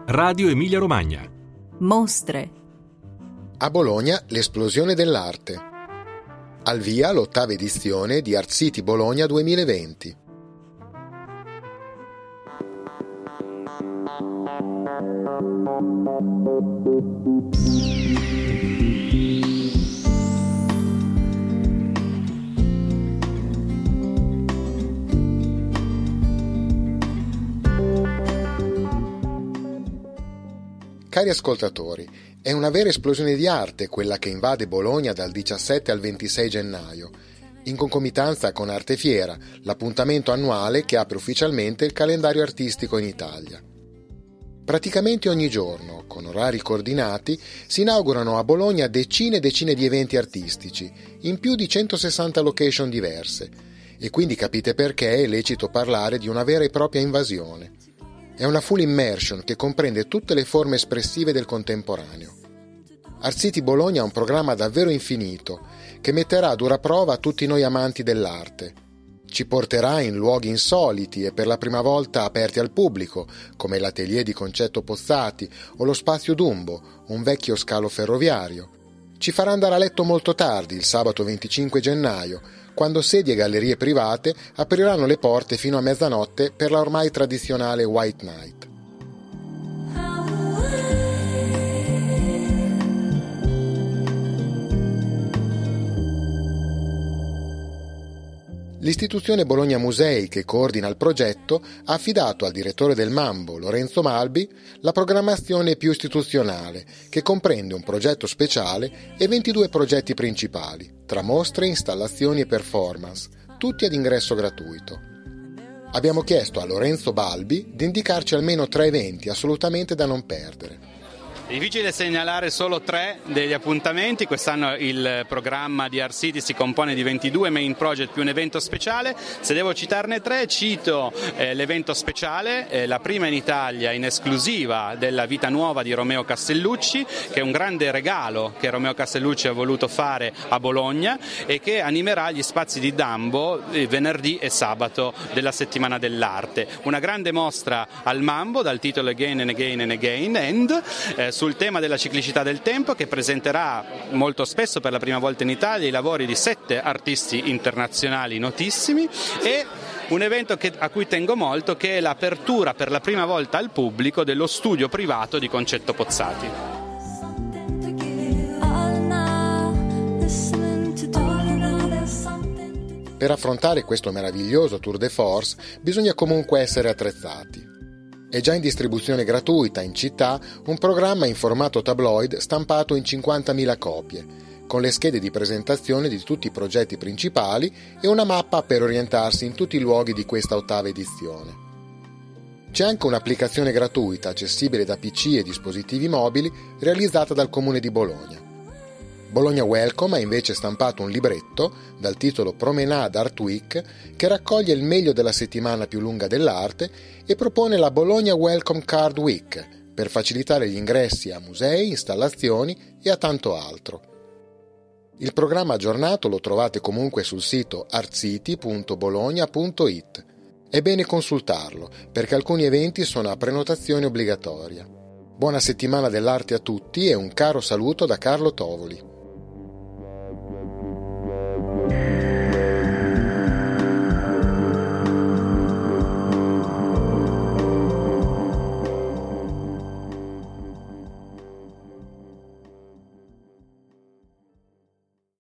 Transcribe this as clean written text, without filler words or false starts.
Radio Emilia Romagna. Mostre. A Bologna l'esplosione dell'arte. Al via l'8ª edizione di Art City Bologna 2020. Cari ascoltatori, è una vera esplosione di arte quella che invade Bologna dal 17 al 26 gennaio, in concomitanza con Arte Fiera, l'appuntamento annuale che apre ufficialmente il calendario artistico in Italia. Praticamente ogni giorno, con orari coordinati, si inaugurano a Bologna decine e decine di eventi artistici, in più di 160 location diverse, e quindi capite perché è lecito parlare di una vera e propria invasione. È una full immersion che comprende tutte le forme espressive del contemporaneo. Art City Bologna ha un programma davvero infinito, che metterà a dura prova tutti noi amanti dell'arte. Ci porterà in luoghi insoliti e per la prima volta aperti al pubblico, come l'atelier di Concetto Pozzati o lo Spazio Dumbo, un vecchio scalo ferroviario. Ci farà andare a letto molto tardi, il sabato 25 gennaio, quando sedi e gallerie private apriranno le porte fino a mezzanotte per la ormai tradizionale White Night. L'istituzione Bologna Musei, che coordina il progetto, ha affidato al direttore del Mambo, Lorenzo Balbi, la programmazione più istituzionale, che comprende un progetto speciale e 22 progetti principali, tra mostre, installazioni e performance, tutti ad ingresso gratuito. Abbiamo chiesto a Lorenzo Balbi di indicarci almeno 3 eventi assolutamente da non perdere. Difficile segnalare solo 3 degli appuntamenti. Quest'anno il programma di Art City si compone di 22 main project più un evento speciale. Se devo citarne 3, cito l'evento speciale, la prima in Italia in esclusiva della Vita Nuova di Romeo Castellucci, che è un grande regalo che Romeo Castellucci ha voluto fare a Bologna e che animerà gli spazi di Dumbo venerdì e sabato della settimana dell'arte. Una grande mostra al Mambo dal titolo Again and Again and Again sul tema della ciclicità del tempo, che presenterà molto spesso per la prima volta in Italia i lavori di 7 artisti internazionali notissimi, e un evento a cui tengo molto, che è l'apertura per la prima volta al pubblico dello studio privato di Concetto Pozzati. Per affrontare questo meraviglioso tour de force bisogna comunque essere attrezzati. È già in distribuzione gratuita in città un programma in formato tabloid stampato in 50.000 copie, con le schede di presentazione di tutti i progetti principali e una mappa per orientarsi in tutti i luoghi di questa 8ª edizione. C'è anche un'applicazione gratuita accessibile da PC e dispositivi mobili realizzata dal Comune di Bologna. Bologna Welcome ha invece stampato un libretto dal titolo Promenade Art Week che raccoglie il meglio della settimana più lunga dell'arte e propone la Bologna Welcome Card Week per facilitare gli ingressi a musei, installazioni e a tanto altro. Il programma aggiornato lo trovate comunque sul sito artcity.bologna.it. È bene consultarlo perché alcuni eventi sono a prenotazione obbligatoria. Buona settimana dell'arte a tutti e un caro saluto da Carlo Tovoli.